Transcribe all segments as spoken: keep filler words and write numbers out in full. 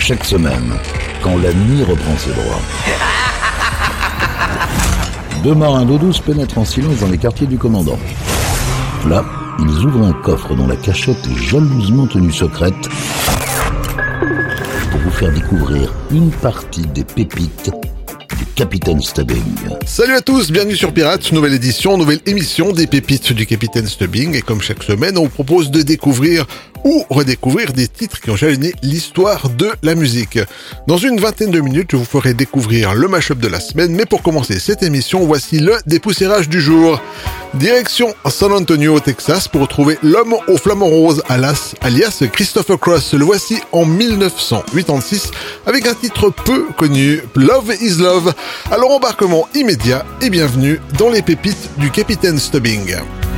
Chaque semaine, quand la nuit reprend ses droits. Deux marins d'eau douce pénètrent en silence dans les quartiers du commandant. Là, ils ouvrent un coffre dont la cachette est jalousement tenue secrète pour vous faire découvrir une partie des pépites du Capitaine Stubbing. Salut à tous, bienvenue sur Pirates, nouvelle édition, nouvelle émission des pépites du Capitaine Stubbing. Et comme chaque semaine, on vous propose de découvrir ou redécouvrir des titres qui ont jalonné l'histoire de la musique. Dans une vingtaine de minutes, je vous ferai découvrir le mash-up de la semaine, mais pour commencer cette émission, voici le dépoussiérage du jour. Direction San Antonio au Texas pour retrouver l'homme au flamant rose alias, alias Christopher Cross. Le voici en dix-neuf cent quatre-vingt-six avec un titre peu connu, Love is Love. Alors embarquement immédiat et bienvenue dans les pépites du Capitaine Stubbing.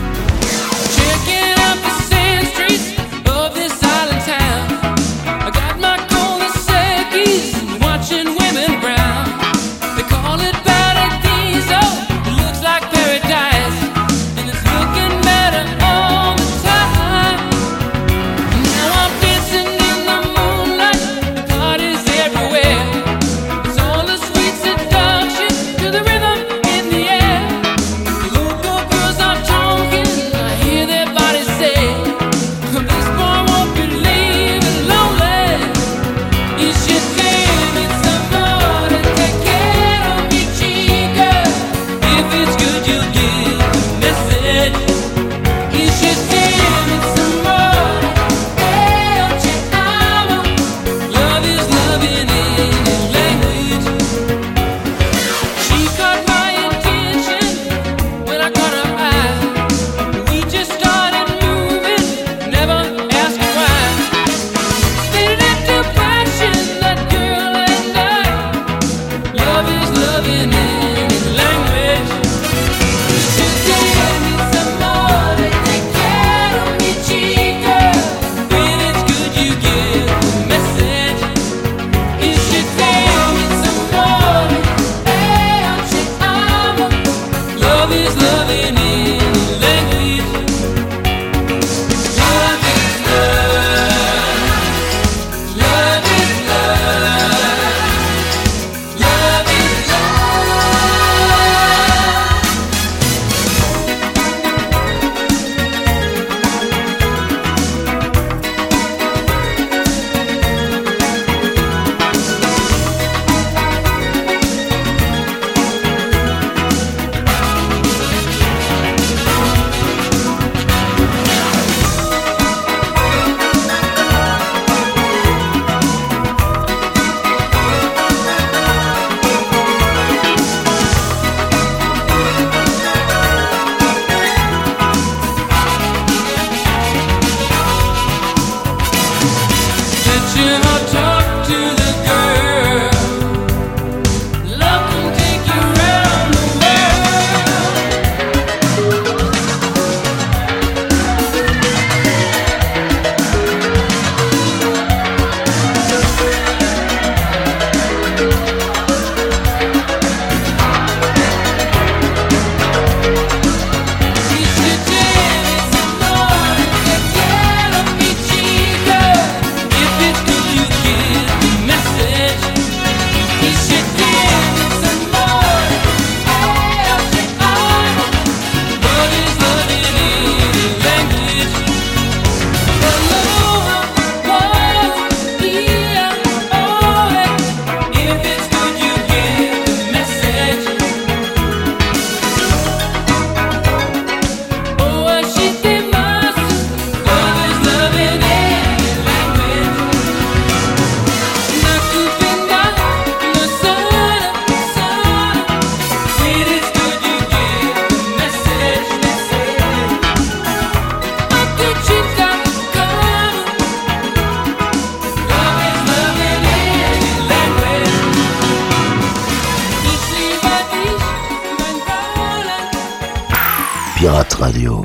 Pirate Radio.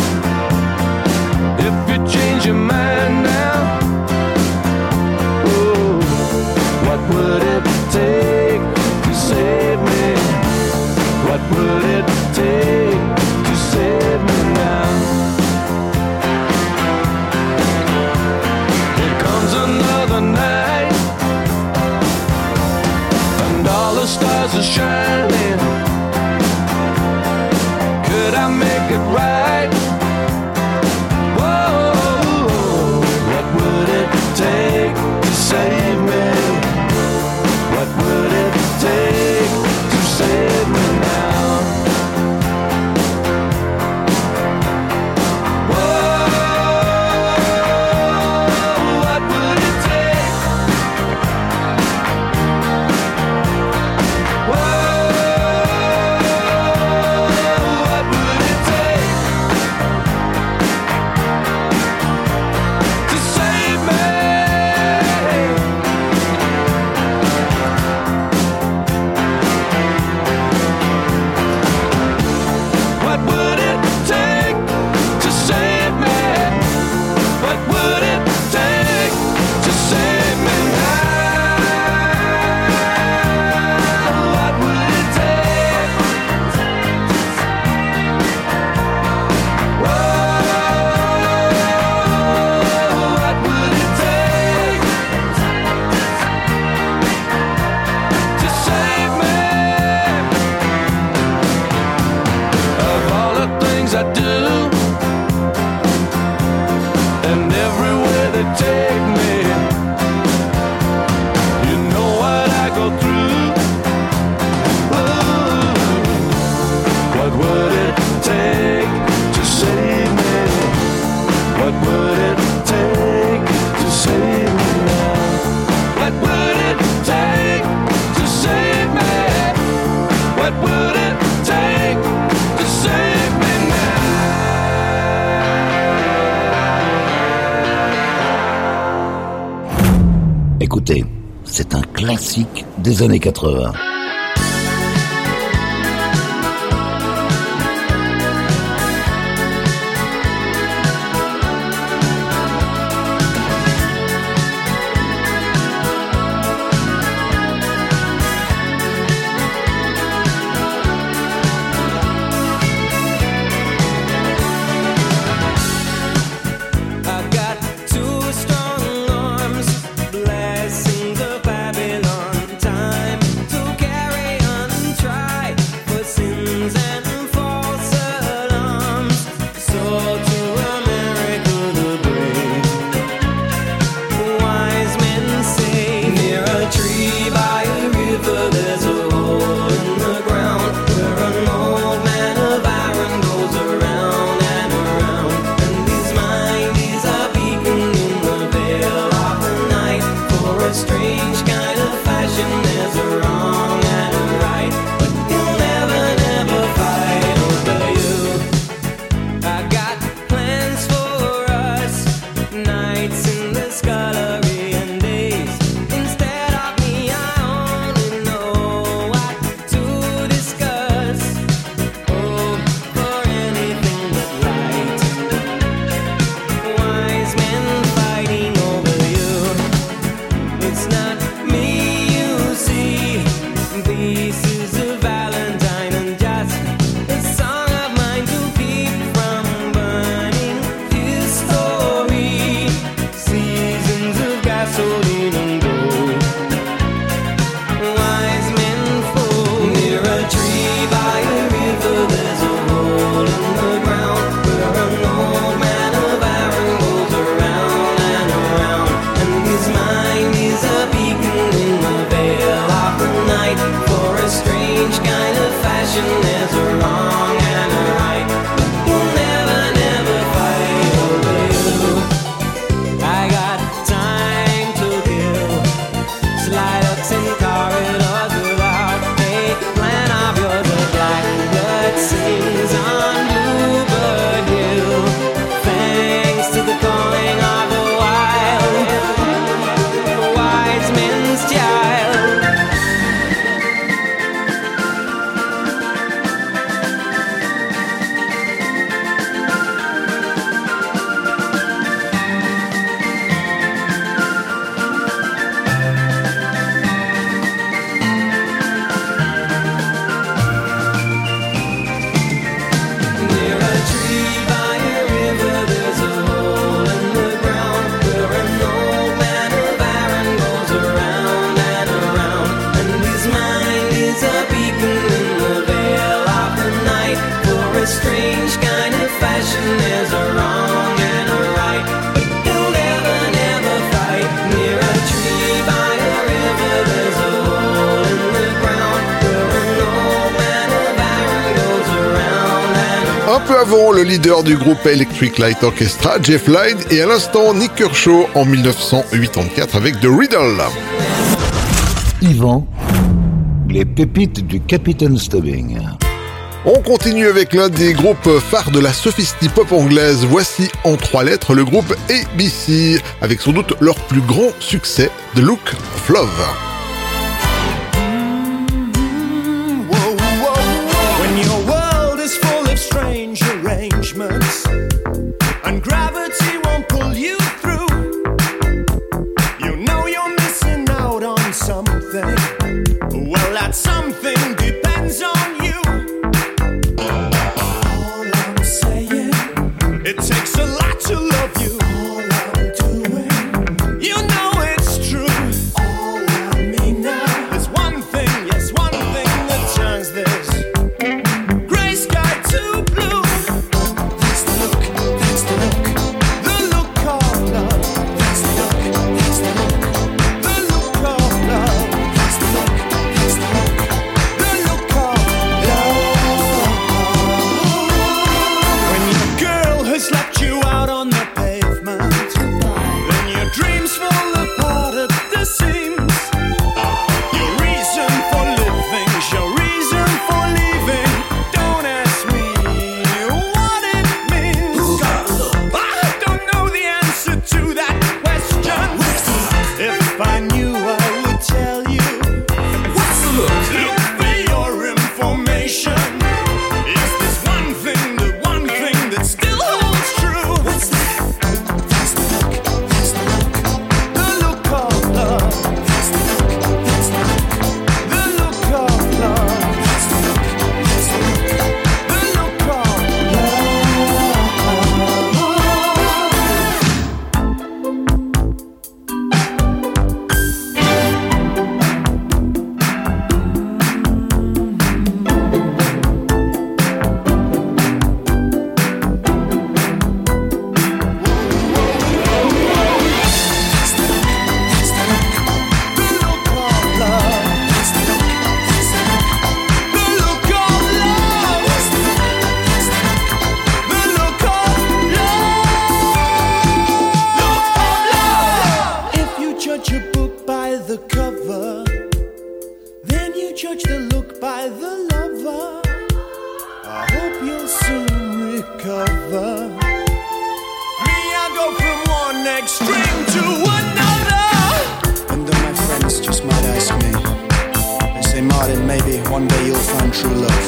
Change your mind now. Oh, stars are shining. Could I make it right? Whoa, what would it take to save me? What would it take to save me now? Écoutez, c'est un classique des années quatre-vingts. Blessing the Babylon time to get Avant, le leader du groupe Electric Light Orchestra, Jeff Lynne, et à l'instant, Nik Kershaw en dix-neuf cent quatre-vingt-quatorze avec The Riddle. Yvan, les pépites du Capitaine Stubbing. On continue avec l'un des groupes phares de la sophistie pop anglaise. Voici en trois lettres le groupe A B C, avec sans doute leur plus grand succès, The Look of Love. When your world is full of strange arrangements and gravity won't pull you through, you know you're missing out on something. Well, that something depends on you. All I'm saying, it takes a lot to love you. All I'm doing, you know it's true. All I mean now is one thing, yes, one thing that turns this gray sky to blue. That's the look, that's the look, the look of love. That's the look, that's the look, the look of love. That's the look, that's the look, the look of love. When your girl has left you out on the pavement, then your dreams fall apart at the seams. Your reason for living, your reason for leaving. Don't ask me what it means. I don't know the answer to that question. If I knew, I would tell you. Look for your information. Is this one thing, the one thing that still holds true? What's that? That's the look, that's the look, the look of love. That's the look, that's the look, the look of love. That's the look, that's the look, the look of If you judge a book by the cover, then you judge the look by the lover. I hope you'll soon recover. Me, I go from one extreme to another. And though my friends just might ask me, they say, Martin, maybe one day you'll find true love.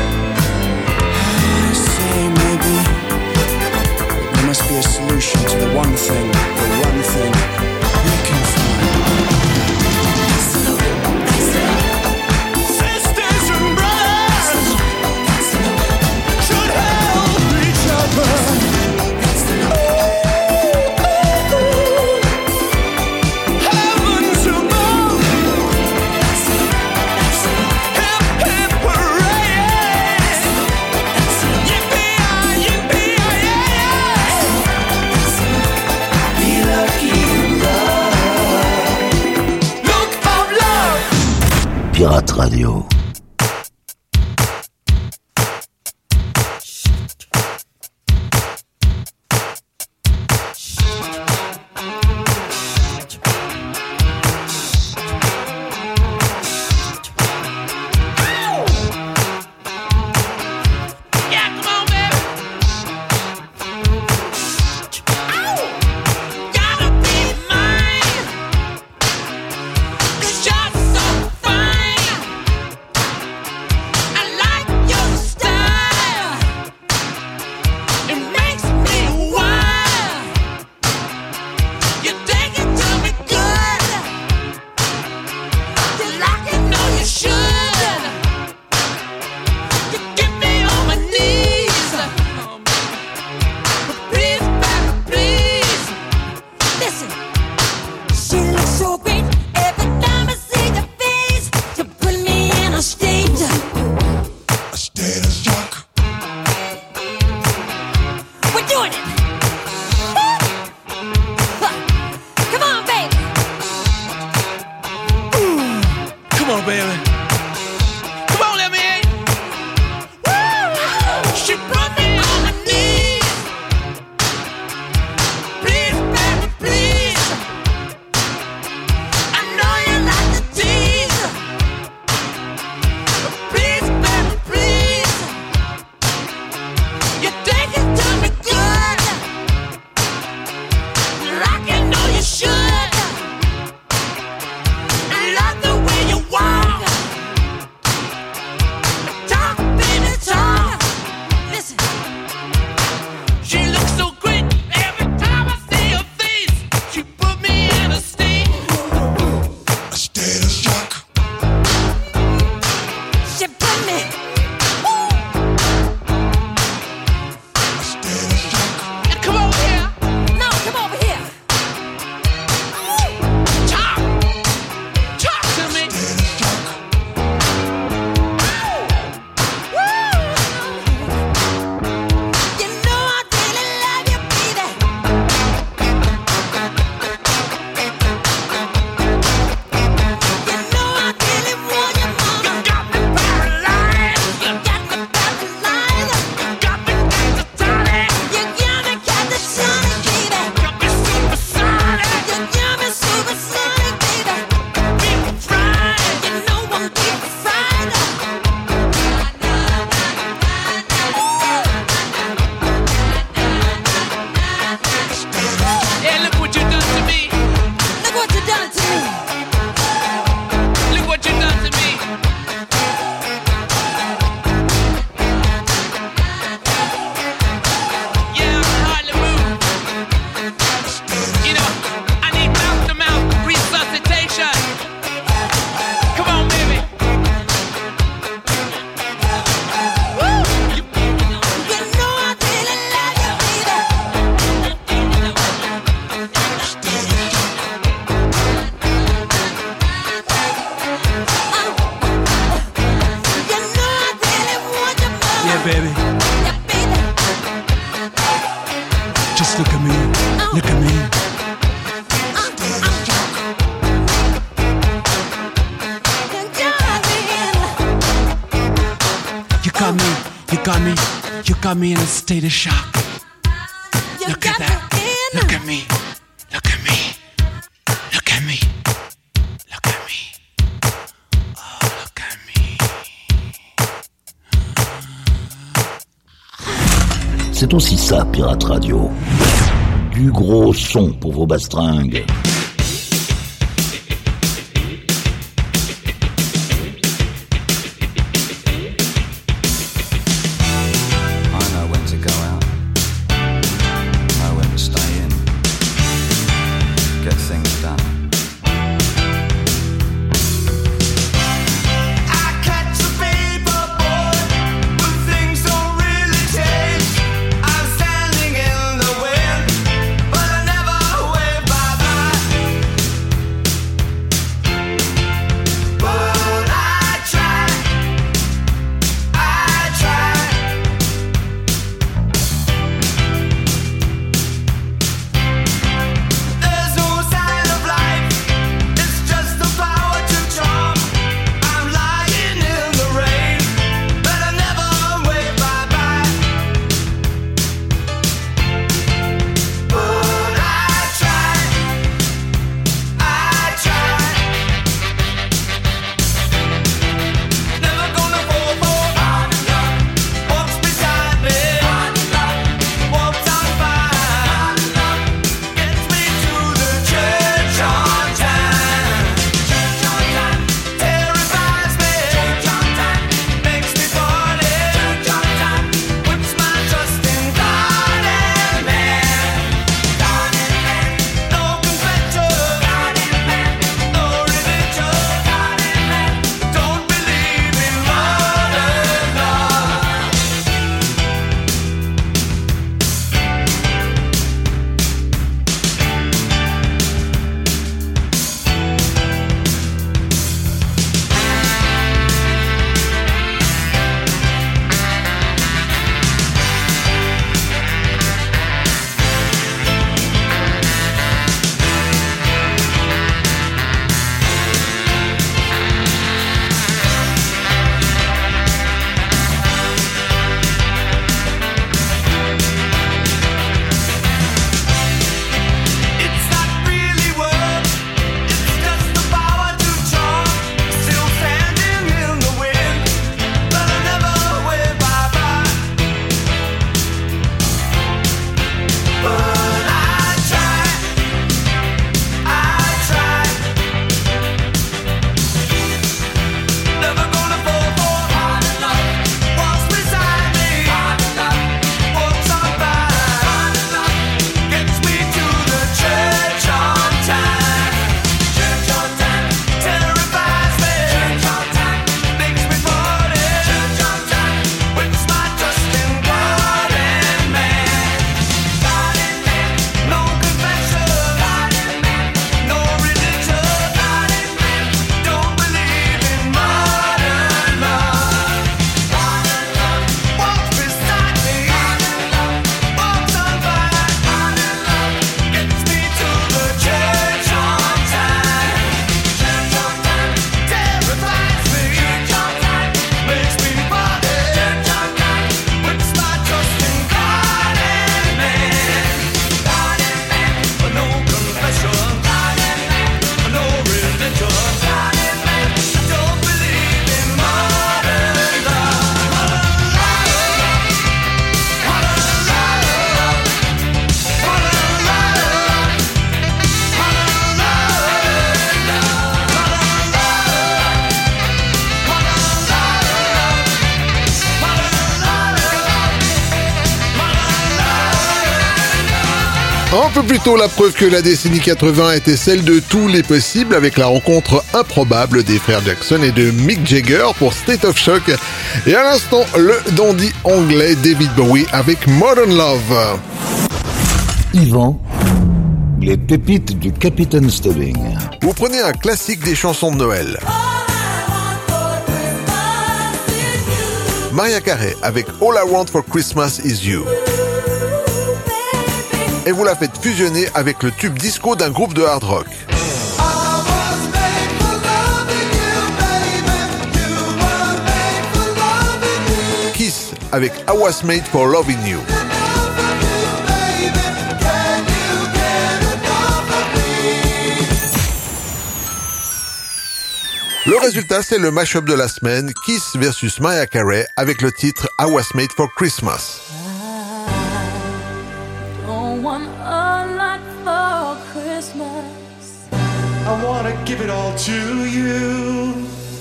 I say maybe, but there must be a solution to the one thing, the one thing we can find. Sisters and brothers should help each other. Heavens above, hip hip hooray! Yippee-yi, yippee-yi-yay! Be lucky in love. Look of love. Pirate Radio. Yeah, come on, baby. Gotta be mine. 'Cause you're so fine. I like your style. It makes me wild. You take it to me good. You like it, know you should. You get me on my knees. But please, baby, please. Listen. She looks so great every time I see your face. You put me in a state. A state of shock. We're doing it. Woo! Huh. Come on, baby. Come on, baby. Come on, let me in. Woo! She put me on the me, you got me in a state of shock. You Look got at that. me in Look at me. Look at me. Look at me. Look at me. Oh, look at me. C'est aussi ça, Pirate Radio. Du gros son pour vos bastringues. Un peu plus tôt, la preuve que la décennie quatre-vingts était celle de tous les possibles avec la rencontre improbable des frères Jackson et de Mick Jagger pour State of Shock. Et à l'instant, le dandy anglais David Bowie avec Modern Love. Yvan, les pépites du Capitaine Stubbing. Vous prenez un classique des chansons de Noël. Mariah Carey avec All I Want for Christmas Is You. Et vous la faites fusionner avec le tube disco d'un groupe de hard rock. Kiss avec I Was Made for Loving You. Le résultat, c'est le mash-up de la semaine, Kiss versus Mariah Carey, avec le titre I Was Made for Christmas. Don't want a lot for Christmas. I wanna give it all to you.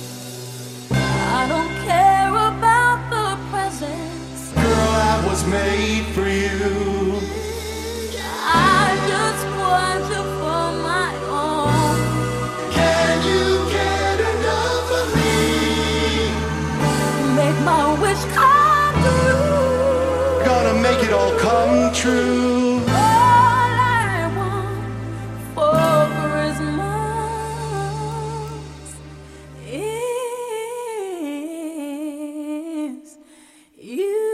I don't care about the presents. Girl, I was made for you. I just want you for my own. Can you get enough of me? Make my wish come true. Gonna make it all come true. All I want for Christmas is you.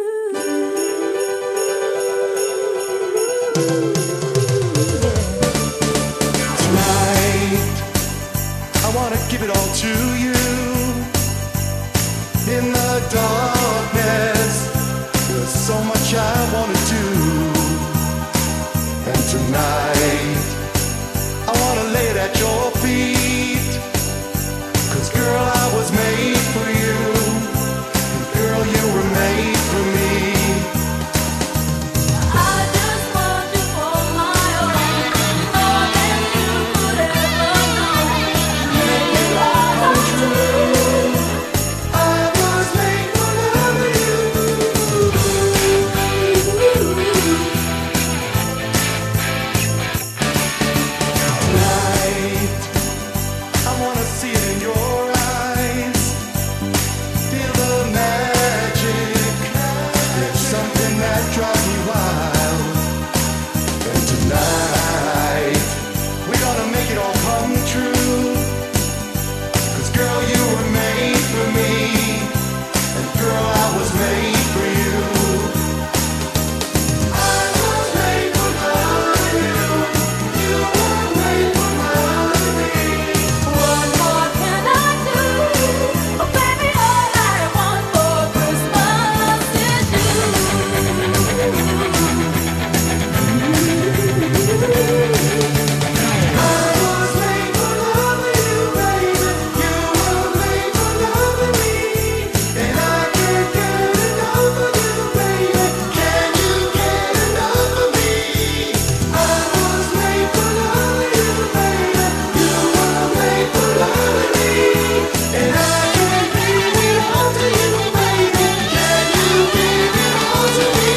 Tonight, I wanna give it all to you. In the darkness, there's so much I wanna do. And tonight, I wanna lay it at your feet. 'Cause girl, I was made for you. And girl, you were made for me. I just want you for my own, more than you could ever know. Make it all come true. I was made for loving you. Tonight, I wanna see it in your eyes. Feel the magic. There's something that drives me wild. And tonight, we're gonna make it all come true. 'Cause girl, you were made for me. And girl, I was made for you. I was made for loving you. You were made for loving me. What more can I do? Oh, baby, all I want for Christmas is you. I was made for loving you, baby. You were made for loving me. And I can't get enough of you, baby. Can you get enough of me? I was made for loving you, baby. You were made for loving me. And I can't give it all to you, baby. Can you give it all to me?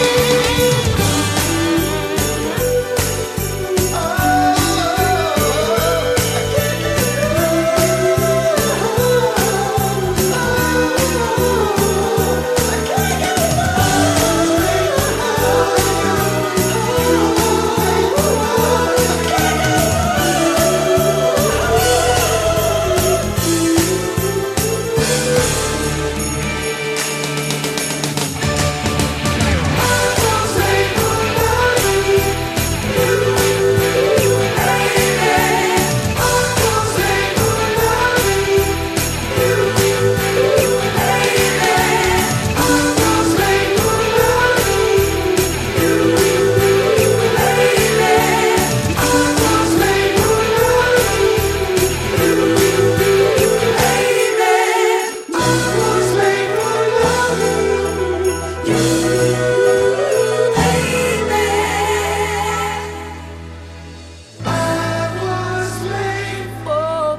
For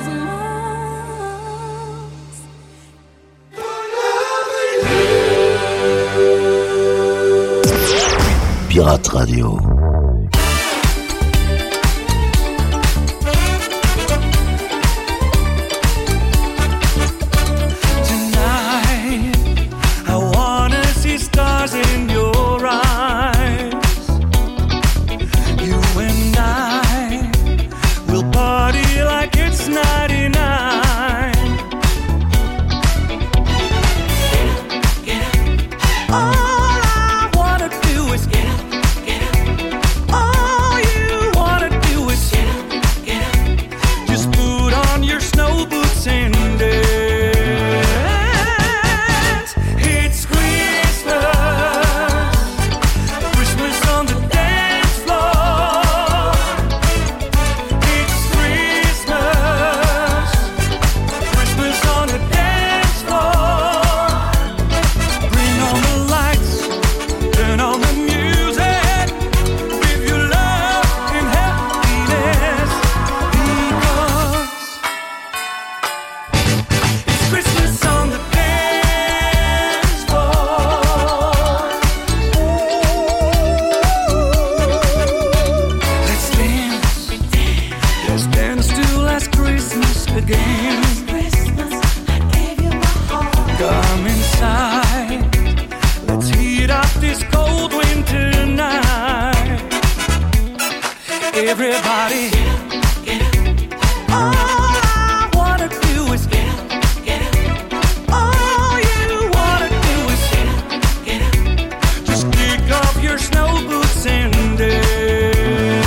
Christmas. Pirate Radio. Tonight, I wanna see stars in your eyes. You and I will party like it's ninety-nine. All I wanna do is get up, get up. All you wanna do is get up, get up. Just put on your snow boots and dance. It's Christmas. last Christmas again. Last Christmas, I gave you my heart. Come inside, let's heat up this cold winter night. Everybody, Get up, all I wanna do is get up, get up, all you wanna do is get up. just kick off your snow boots and dance.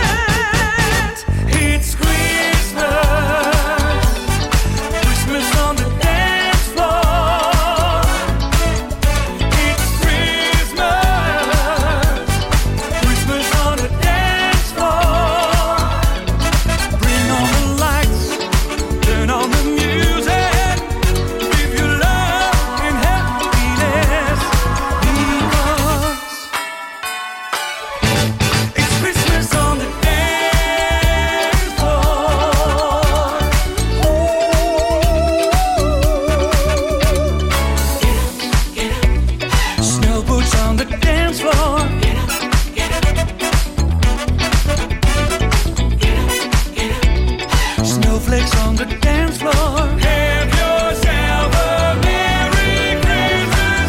It's Christmas, Christmas on the dance floor. It's Christmas, Christmas on the dance floor. Bring on the lights, turn on the music, give your love and happiness, because it's Christmas on the dance floor. Snow boots on the dance floor. Snowflakes on the dance floor. Have yourself a Merry Christmas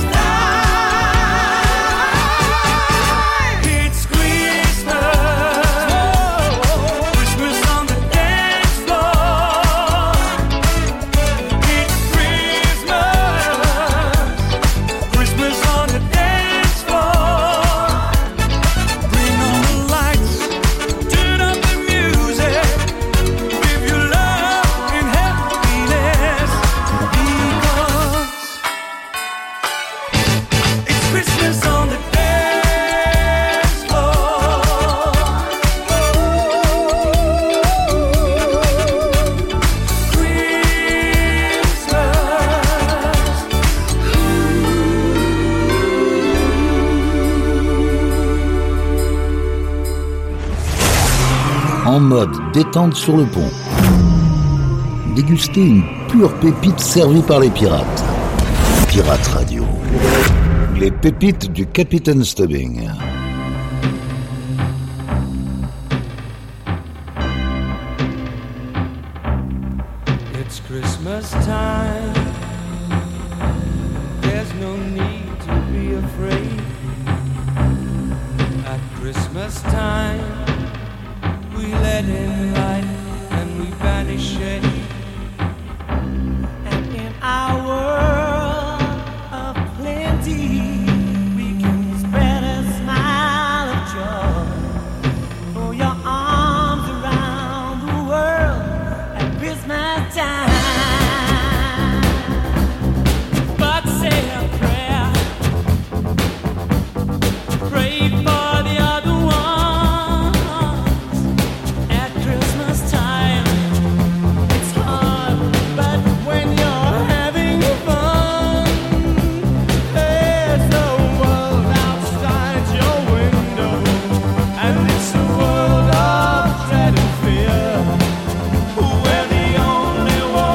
time. It's Christmas, Christmas on the dance floor. It's Christmas, Christmas on the dance floor. Bring on the lights, turn up the music, give your love and happiness, because it's Christmas on the dance floor. En mode détente sur le pont. Dégustez une pure pépite servie par les pirates. Pirate Radio. Les pépites du Capitaine Stubbing. It's Christmas time. There's no need to be afraid. At Christmas time, we let in light and we banish shade. And in our world of plenty, we can spread a smile of joy. Throw your arms around the world at Christmas time. But say a prayer, pray for the other ones. At Christmas time, it's hard, but when you're having fun, there's no world outside your window, and it's a world of dread and fear, where the only one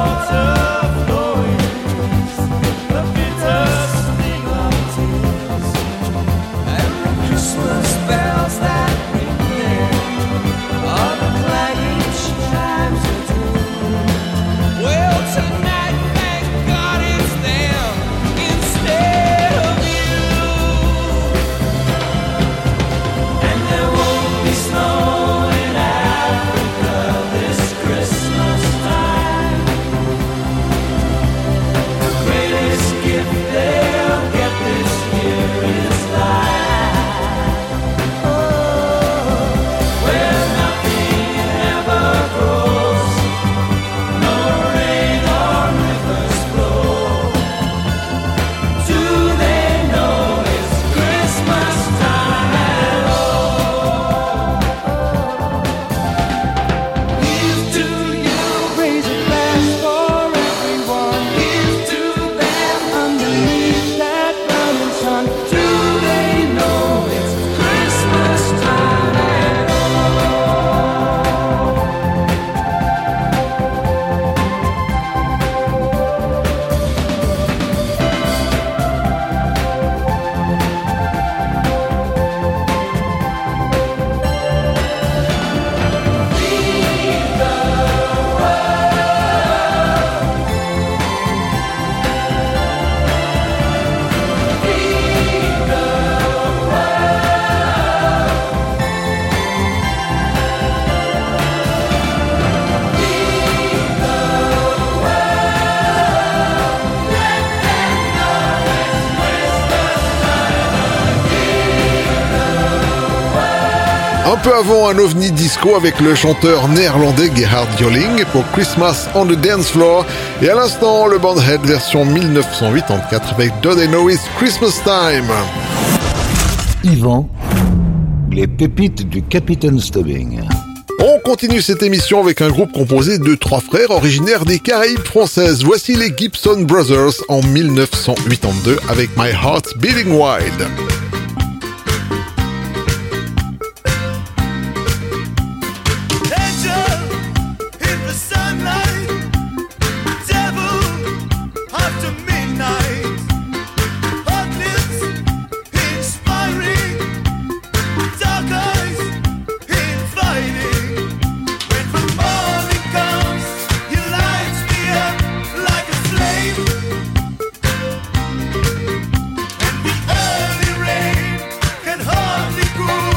Un peu avant, un ovni disco avec le chanteur néerlandais Gerhard Joling pour Christmas on the Dance Floor. Et à l'instant, le Bandhead version dix-neuf cent quatre-vingt-quatre avec Don't They Know It's Christmas Time. Yvan, les pépites du Capitaine Stubbing. On continue cette émission avec un groupe composé de trois frères originaires des Caraïbes françaises. Voici les Gibson Brothers en dix-neuf cent quatre-vingt-deux avec My Heart's Beating Wild.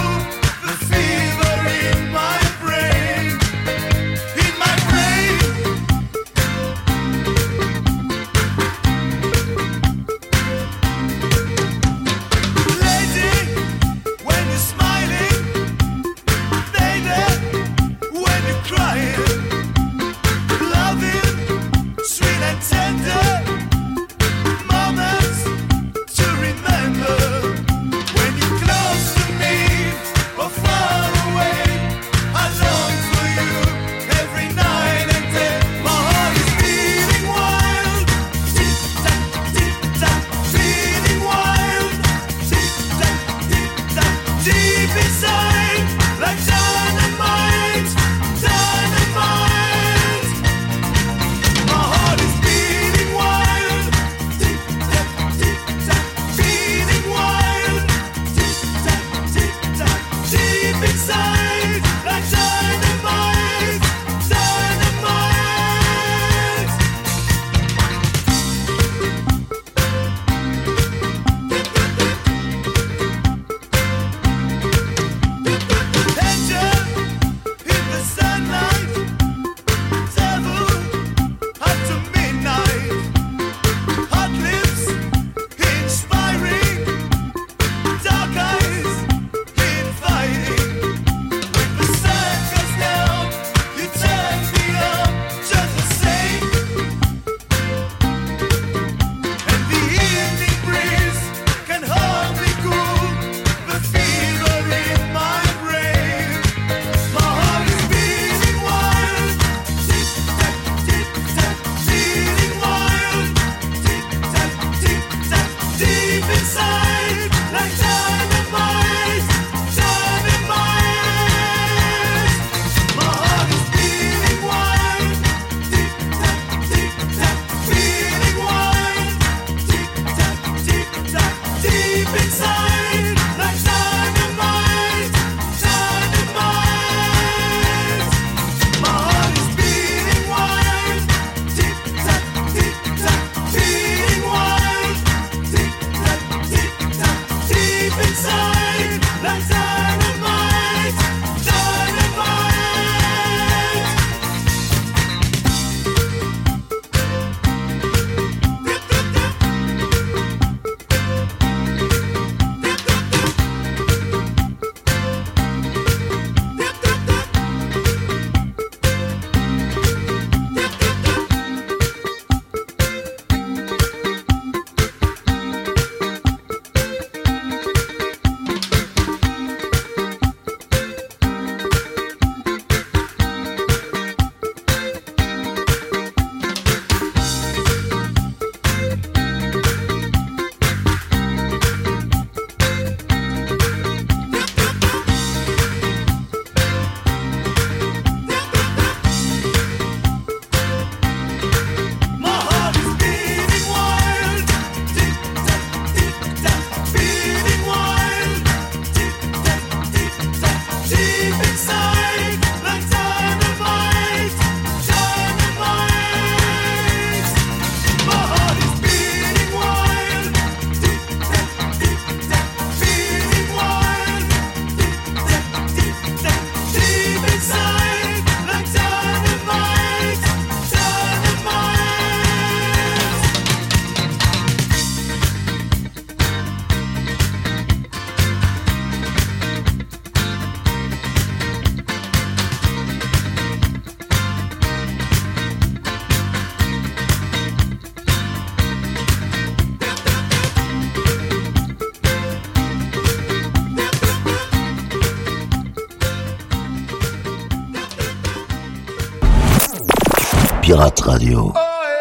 Fever in my brain, in my brain. Pirate Radio.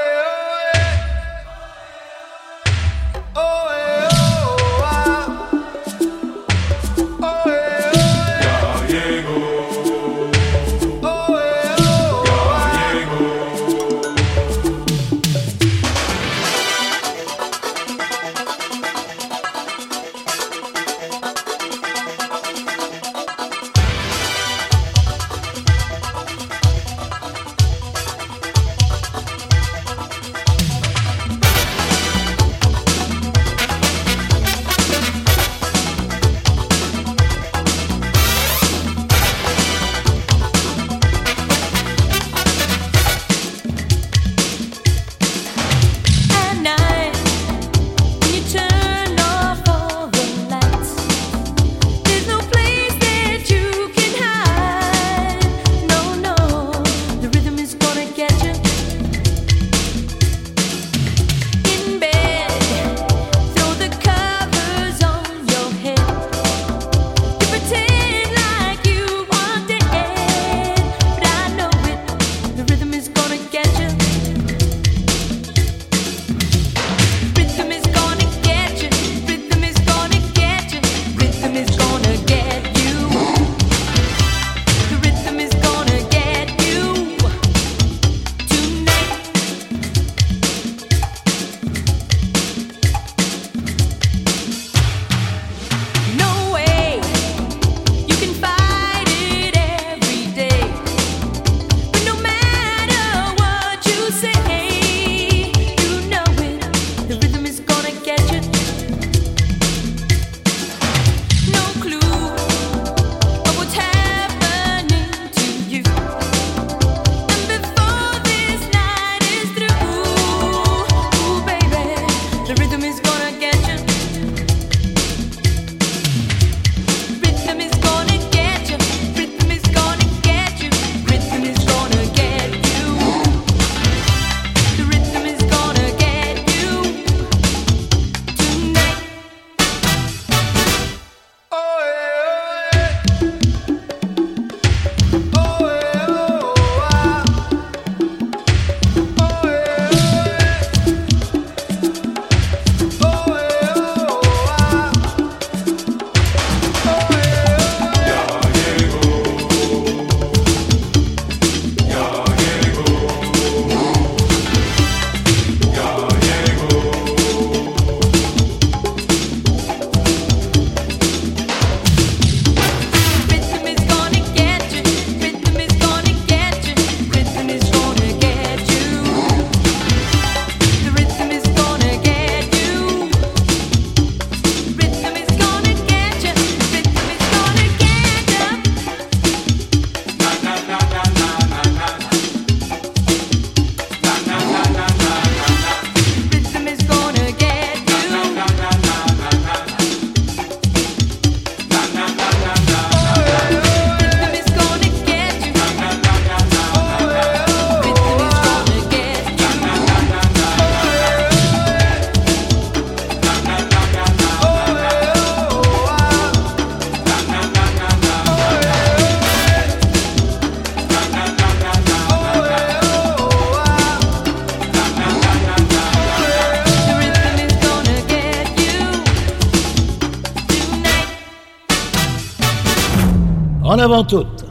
En avant toutes,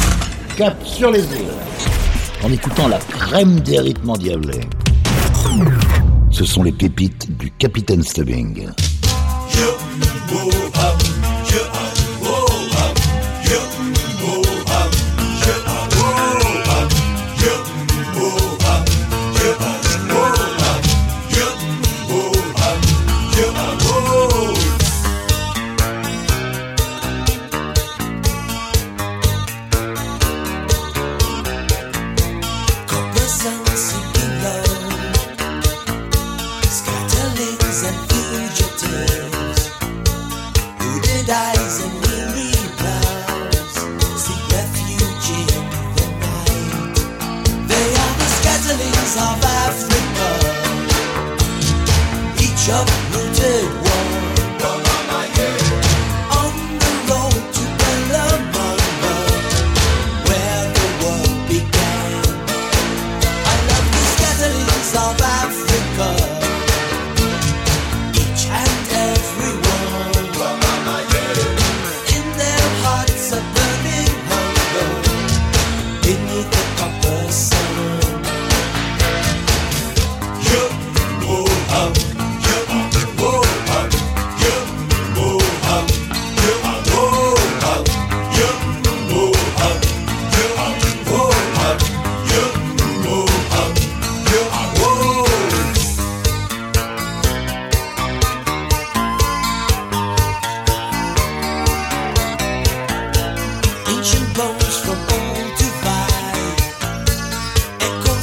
cap sur les îles, en écoutant la crème des rythmes endiablés. Ce sont les pépites du Capitaine Stubbing. I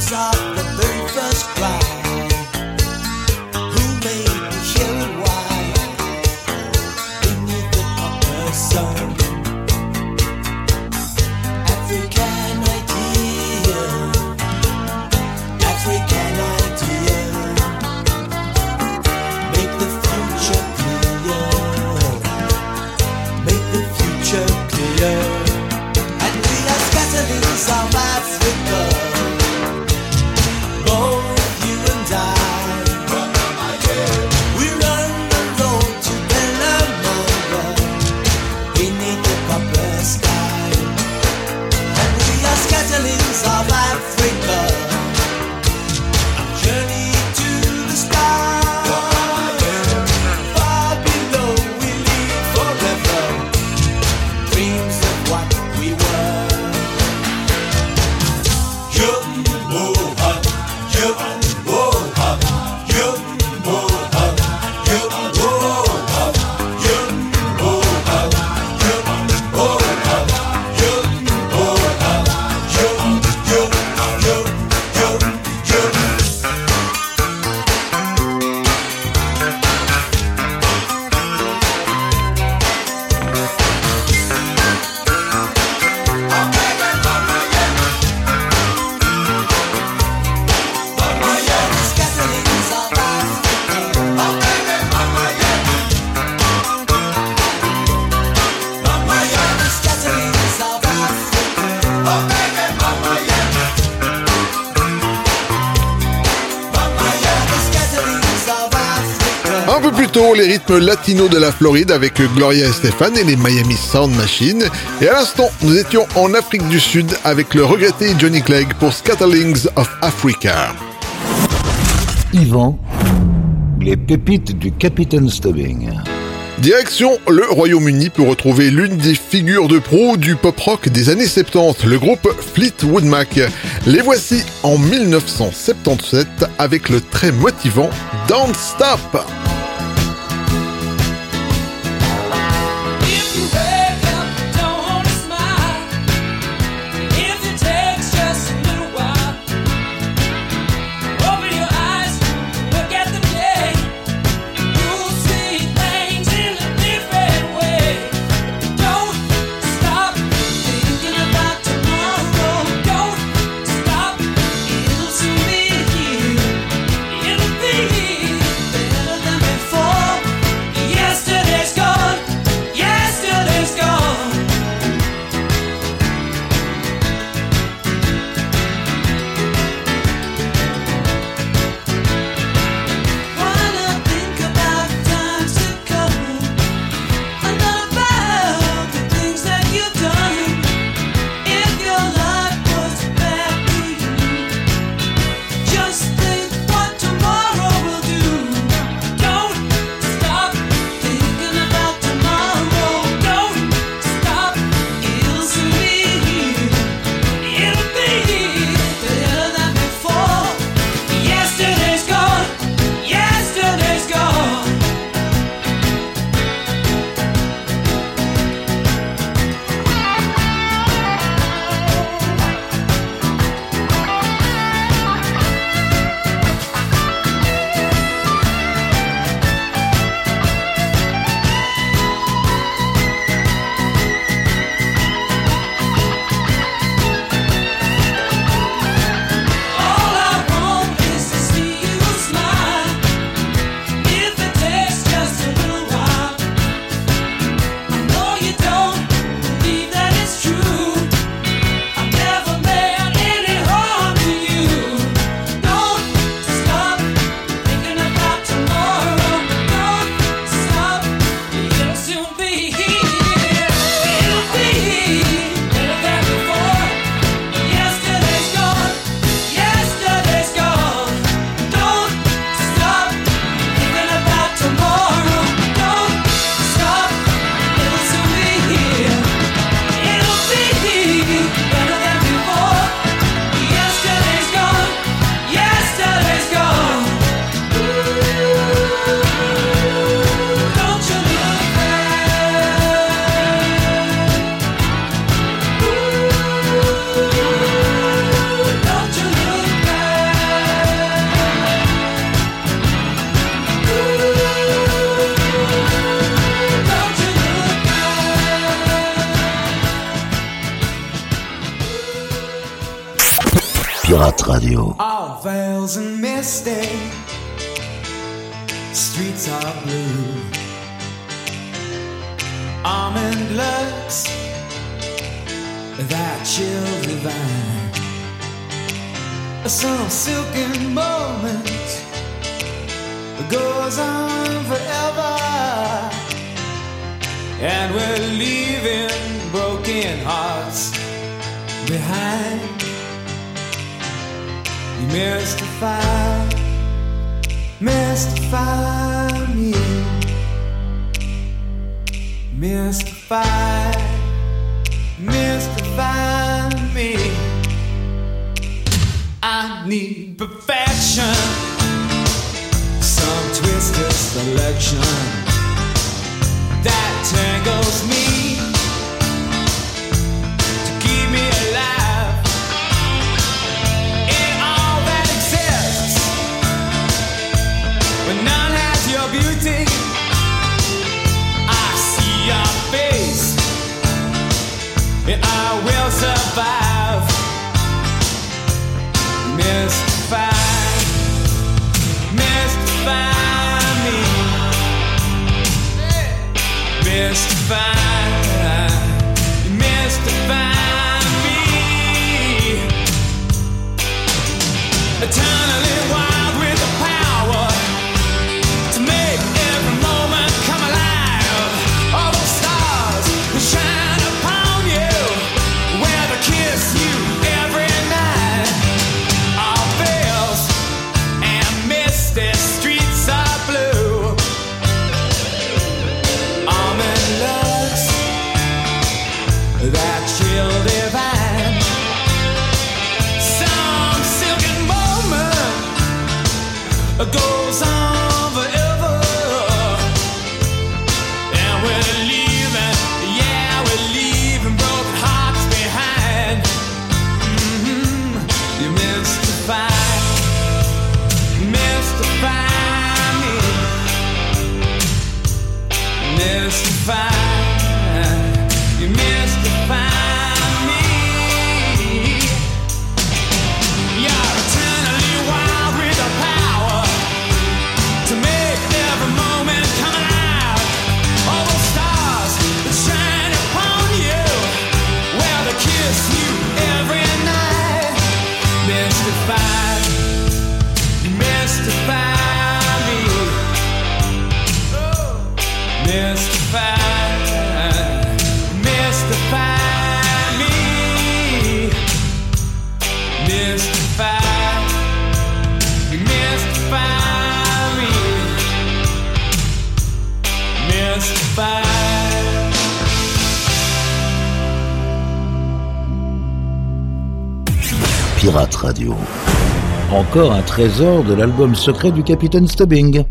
Un peu plus tôt, les rythmes latinos de la Floride avec Gloria Estefan et les Miami Sound Machine. Et à l'instant, nous étions en Afrique du Sud avec le regretté Johnny Clegg pour Scatterlings of Africa. Yvan, les pépites du Capitaine Stubbing. Direction le Royaume-Uni pour retrouver l'une des figures de proue du pop-rock des années soixante-dix, le groupe Fleetwood Mac. Les voici en dix-neuf cent soixante-dix-sept avec le très motivant Don't Stop. Better than Pirate Radio. All veils and misty, streets are blue. Almond looks, that chill divine. Some silken moment goes on forever, and we're leaving broken hearts behind. You mystify, mystify me, mystify, mystify me. I need perfection, some twisted selection that tangles me to keep me alive in all that exists, but none has your beauty. I see your face and I will survive. Mystify, mystify me, mystify, mystify me. Eternally wild with the power to make every moment come alive. All those stars that shine upon you, where to kiss you every night. All veils and misty streets are blue. Almond looks, that chill divine. Some silken moment goes on forever, and we're leaving, yeah, we're leaving broken hearts behind. Mm-hmm. You mystify, mystify me, mystify, you mystify me. You're eternally wild with the power to make every moment come alive. All those stars that shine upon you, well, they kiss you every night. Mystify, mystify me. Oh, mystify, mystify me. Mystify, mystify me. Mystify. Pirate Radio. Encore un trésor de l'album secret du Capitaine Stubbing.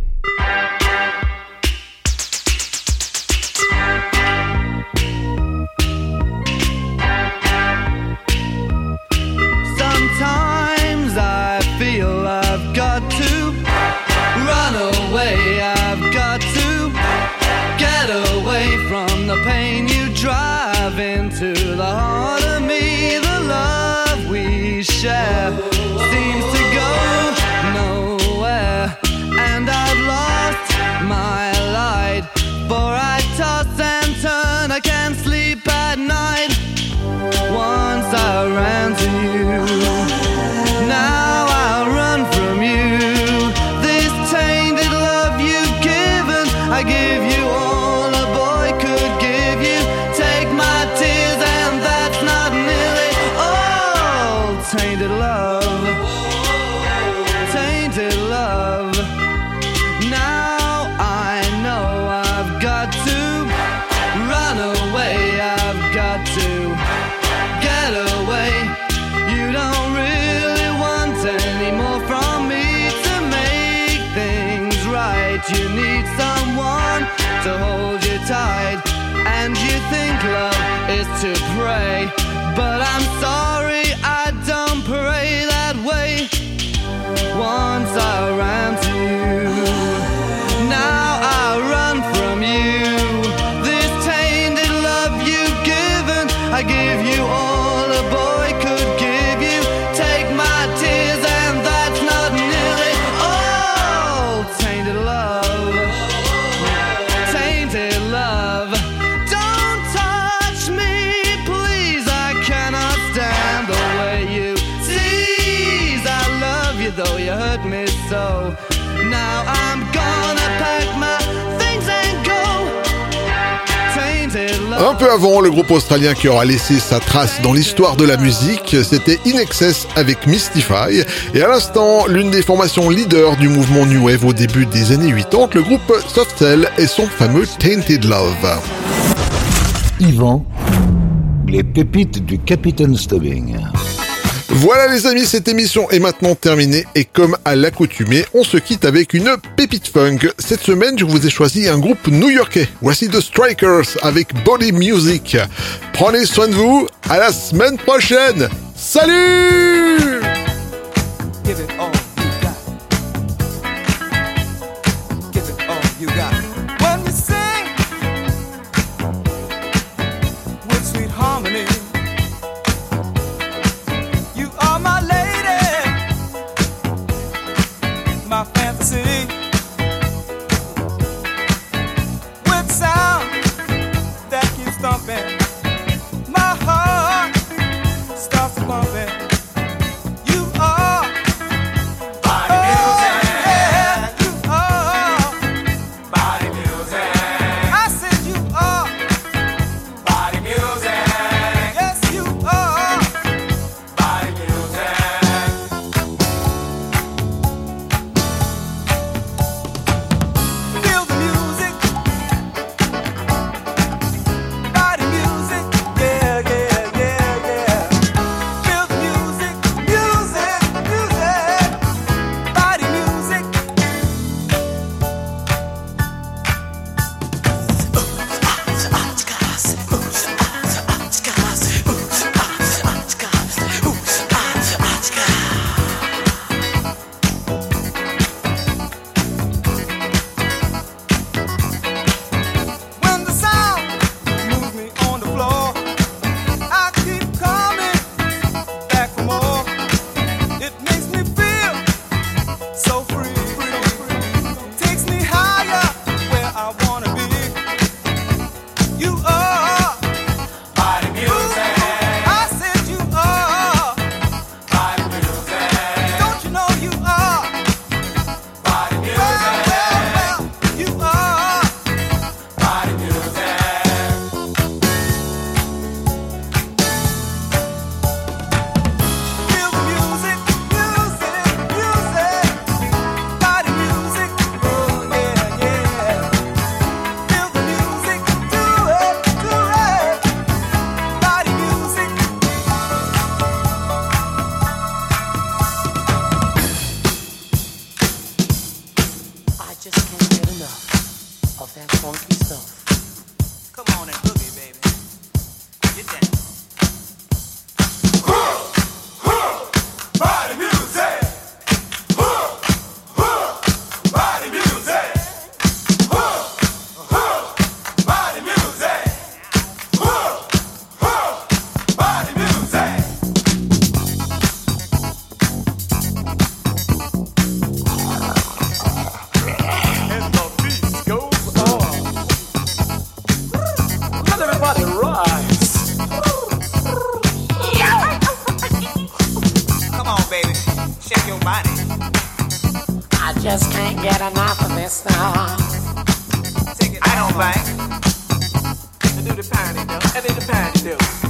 Sometimes I feel I've got to run away, I've got to get away from the pain you drive into the heart of me. The love we share seems to go nowhere, and I've lost my light, for I toss and turn, I can't sleep at night. Once I ran to you, now I run from you. This tainted love you've given, I give you all a boy could give you. Take my tears and that's not nearly all. Tainted love, tainted love. Now I know I've got to run away, I've got to get away. You don't really want any more from me to make things right. You need someone to hold you tight, and you think love is to pray, but I'm sorry, I don't pray that way. Once I ran to you, now I run from you. This tainted love you've given, I give you all a boy could give you. Take my tears though you hurt me so. Now I'm gonna pack my things and go. Tainted love. Un peu avant, le groupe australien qui aura laissé sa trace dans l'histoire de la musique, c'était In Excess avec Mystify. Et à l'instant, l'une des formations leaders du mouvement New Wave au début des années quatre-vingt-dix, le groupe Soft Cell et son fameux Tainted Love. Yvan, les pépites du Capitaine Stubbing. Voilà les amis, cette émission est maintenant terminée et comme à l'accoutumée, on se quitte avec une pépite funk. Cette semaine, je vous ai choisi un groupe new-yorkais. Voici The Strikers avec Body Music. Prenez soin de vous, à la semaine prochaine. Salut! Give it all you got. Give it all you got. When we sing with sweet harmony, you are my lady, my fantasy. With sound that keeps thumping, my heart starts pumping. You are body music. Yeah, you are body music. I said you are body music. Yes, you are body music. Feel the music, body music. Yeah, yeah, yeah, yeah. Feel the music, music, music, body music. When the sound moves me on the floor, I keep coming back for more. It makes me feel so free. Takes me higher where I wanna be. You are body music. I said you are body music. Don't you know you are body music? Well, well, well, you are body music. Feel the music, music, music, body music. Oh yeah, yeah. Feel the music, do it, do it, body music. I just can't get enough of that funky stuff. Come on and boogie, baby. Get down. Body music. Body music. Body music. Body music. And the beat goes on. Let everybody rise. Come on, baby. Shake your body. I just can't get enough of this stuff. Take it. I don't bite. Do the pound, you know. I do the pound, you do.